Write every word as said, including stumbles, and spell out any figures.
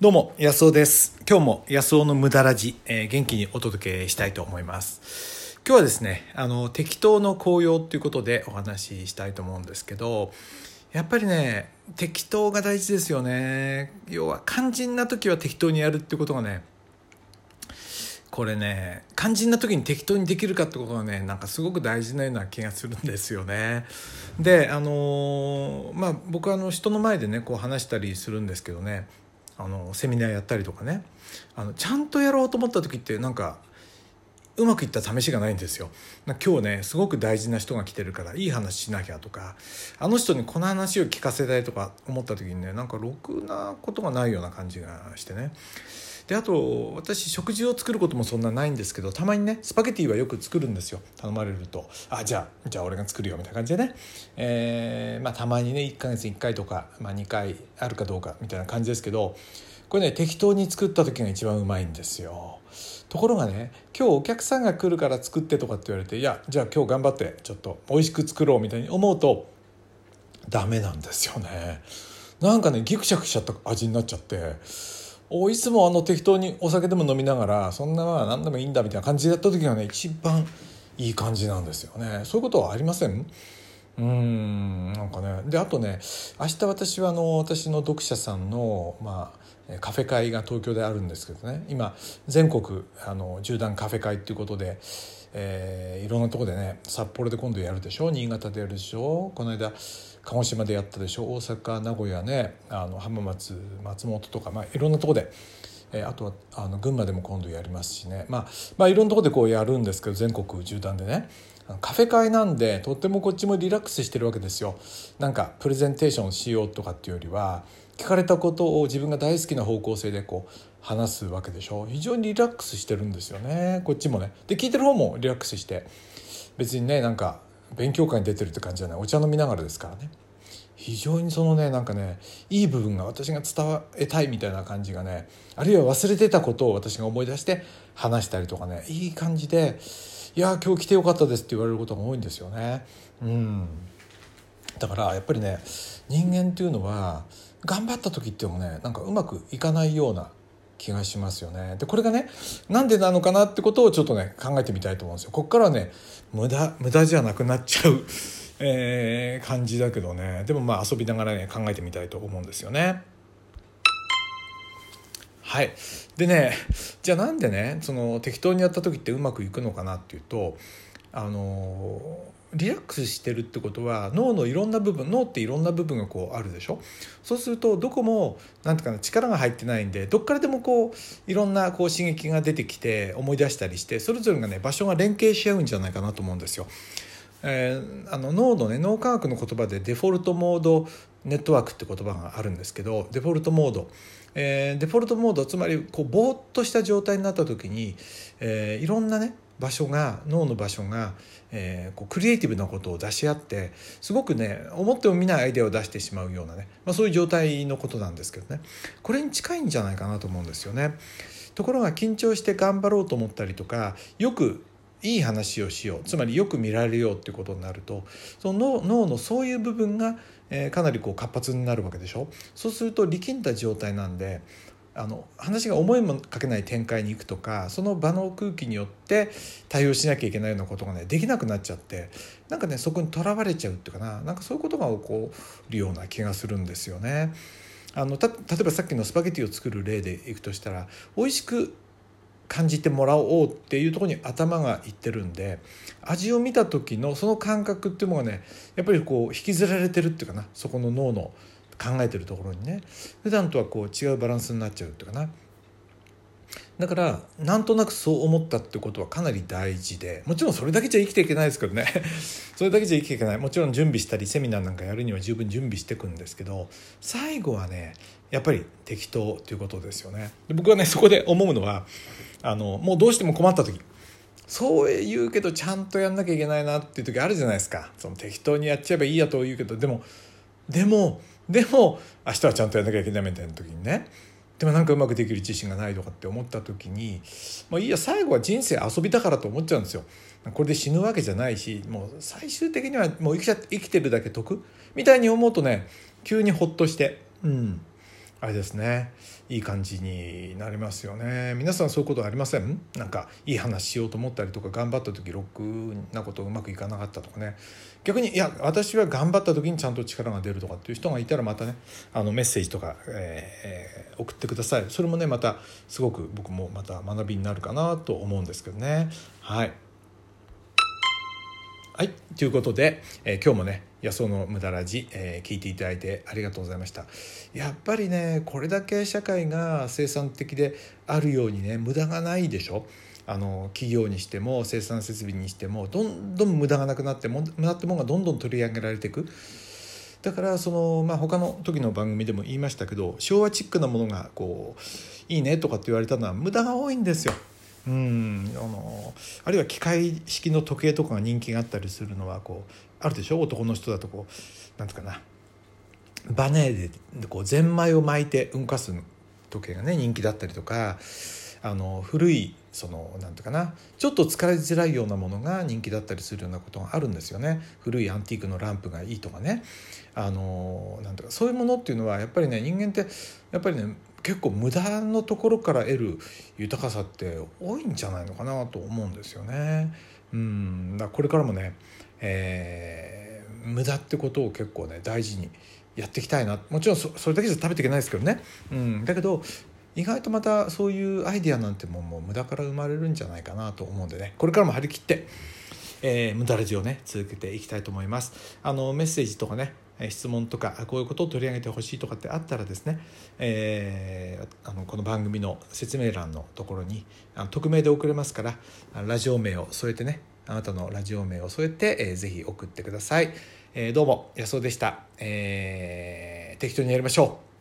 どうも安尾です。今日も安尾の無駄ラジ、えー、元気にお届けしたいと思います。今日はですねあの適当の効用ということでお話ししたいと思うんですけど、やっぱりね適当が大事ですよね。要は肝心な時は適当にやるっていうことがね、これね肝心な時に適当にできるかってことがねなんかすごく大事なような気がするんですよね。であのまあ僕はあの人の前でねこう話したりするんですけどね、あのセミナーやったりとかね、あのちゃんとやろうと思った時ってなんかうまくいった試しがないんですよ。今日ねすごく大事な人が来てるからいい話しなきゃとか、あの人にこの話を聞かせたいとか思った時にねなんかろくなことがないような感じがしてね。であと私食事を作ることもそんなないんですけど、たまにねスパゲティはよく作るんですよ。頼まれるとあじゃあじゃあ俺が作るよみたいな感じでね、えーまあ、たまにねいっかげつにいっかいとか、まあ、にかいあるかどうかみたいな感じですけど、これね適当に作った時が一番うまいんですよ。ところがね今日お客さんが来るから作ってとかって言われて、いやじゃあ今日頑張ってちょっと美味しく作ろうみたいに思うとダメなんですよね。なんかねギクシャクしちゃった味になっちゃって、おいつもあの適当にお酒でも飲みながらそんなまあ何でもいいんだみたいな感じでやった時がね一番いい感じなんですよね。そういうことはありません？うーんなんかね。であとね明日私はあの私の読者さんのまあカフェ会が東京であるんですけどね、今全国あの縦断カフェ会っていうことで、えー、いろんなところでね札幌で今度やるでしょ、新潟でやるでしょ、この間鹿児島でやったでしょ、大阪名古屋ね、あの浜松松本とか、まあ、いろんなところで、えー、あとはあの群馬でも今度やりますしね、まあ、まあいろんなところでこうやるんですけど、全国縦断でねカフェ会なんでとってもこっちもリラックスしてるわけですよ。なんかプレゼンテーションしようとかっていうよりは聞かれたことを自分が大好きな方向性でこう話すわけでしょ。非常にリラックスしてるんですよね、こっちもね。で聞いてる方もリラックスして、別にねなんか勉強会に出てるって感じじゃない、お茶飲みながらですからね。非常にそのねなんかねいい部分が私が伝えたいみたいな感じがね、あるいは忘れてたことを私が思い出して話したりとかね、いい感じで、いや今日来てよかったですって言われることが多いんですよね。うんだからやっぱりね人間っていうのは頑張った時っていうのもねなんかうまくいかないような気がしますよね。でこれがねなんでなのかなってことをちょっとね考えてみたいと思うんですよ。ここからはね無駄無駄じゃなくなっちゃう、えー、感じだけどね、でもまあ遊びながらね考えてみたいと思うんですよね。はいでねじゃあなんでねその適当にやった時ってうまくいくのかなっていうと、あのリラックスしてるってことは脳のいろんな部分、脳っていろんな部分がこうあるでしょ。そうするとどこもなんていうかな力が入ってないんで、どっからでもこういろんなこう刺激が出てきて思い出したりして、それぞれがね場所が連携し合うんじゃないかなと思うんですよ。えー、あの脳のね脳科学の言葉でデフォルトモードネットワークって言葉があるんですけど、デフォルトモード、えー、デフォルトモードつまりこうぼーっとした状態になった時に、えー、いろんなね場所が脳の場所が、えー、こうクリエイティブなことを出し合ってすごくね思ってもみないアイデアを出してしまうようなね、まあ、そういう状態のことなんですけどね、これに近いんじゃないかなと思うんですよね。ところが緊張して頑張ろうと思ったりとか、よくいい話をしよう、つまりよく見られようっていうことになると、その脳のそういう部分が、えー、かなりこう活発になるわけでしょ。そうすると力んだ状態なんで、あの話が思いもかけない展開に行くとか、その場の空気によって対応しなきゃいけないようなことがねできなくなっちゃって、なんかねそこにとらわれちゃうっていうかな、なんかそういうことが起こるような気がするんですよね。あのた例えばさっきのスパゲティを作る例でいくとしたら、美味しく感じてもらおうっていうところに頭がいってるんで、味を見た時のその感覚っていうのがねやっぱりこう引きずられてるっていうかな、そこの脳の考えてるところにね普段とはこう違うバランスになっちゃうっていうかな。だからなんとなくそう思ったってことはかなり大事で、もちろんそれだけじゃ生きていけないですけどねそれだけじゃ生きていけない。もちろん準備したりセミナーなんかやるには十分準備していくんですけど、最後はねやっぱり適当ということですよね。で僕はねそこで思うのは、あのもうどうしても困った時、そう言うけどちゃんとやんなきゃいけないなっていう時あるじゃないですか。その適当にやっちゃえばいいやと言うけど、でもでもでも明日はちゃんとやんなきゃいけないみたいな時にね、でもなんかうまくできる自信がないとかって思った時に、もういいや最後は人生遊びだからと思っちゃうんですよ。これで死ぬわけじゃないし、もう最終的にはもう生きちゃ生きてるだけ得みたいに思うとね急にほっとして、うんあれですね、いい感じになりますよね。皆さんそういうことありません？なんかいい話しようと思ったりとか、頑張った時ろくなことうまくいかなかったとかね、逆にいや私は頑張った時にちゃんと力が出るとかっていう人がいたらまたね、あのメッセージとか、えー、送ってください。それもねまたすごく僕もまた学びになるかなと思うんですけどね。はいはい、ということで、えー、今日もね安尾の無駄ラジ、えー、聞いていただいてありがとうございました。やっぱりねこれだけ社会が生産的であるようにね、無駄がないでしょ。あの企業にしても生産設備にしてもどんどん無駄がなくなっても無駄ってものがどんどん取り上げられていく。だからその、まあ、他の時の番組でも言いましたけど、昭和チックなものがこういいねとかって言われたのは無駄が多いんですよ。うんあのあるいは機械式の時計とかが人気があったりするのはこうあるでしょ。男の人だとこうなんていうかな、バネでこうゼンマイを巻いて動かす時計がね人気だったりとか、あの古いそのなんていうかな、ちょっと使いづらいようなものが人気だったりするようなことがあるんですよね。古いアンティークのランプがいいとかね、あのなんていうかそういうものっていうのはやっぱりね、人間ってやっぱりね結構無駄のところから得る豊かさって多いんじゃないのかなと思うんですよね。うんだからこれからもね、えー、無駄ってことを結構ね大事にやっていきたいな。もちろん そ, それだけじゃ食べていけないですけどね、うん、だけど意外とまたそういうアイディアなんてもんも無駄から生まれるんじゃないかなと思うんでね、これからも張り切って、えー、無駄ラジオね続けていきたいと思います。あのメッセージとかね、質問とかこういうことを取り上げてほしいとかってあったらですね、えー、あのこの番組の説明欄のところにあの匿名で送れますから、ラジオ名を添えてね、あなたのラジオ名を添えて、えー、ぜひ送ってください。えー、どうも安尾でした。えー、適当にやりましょう。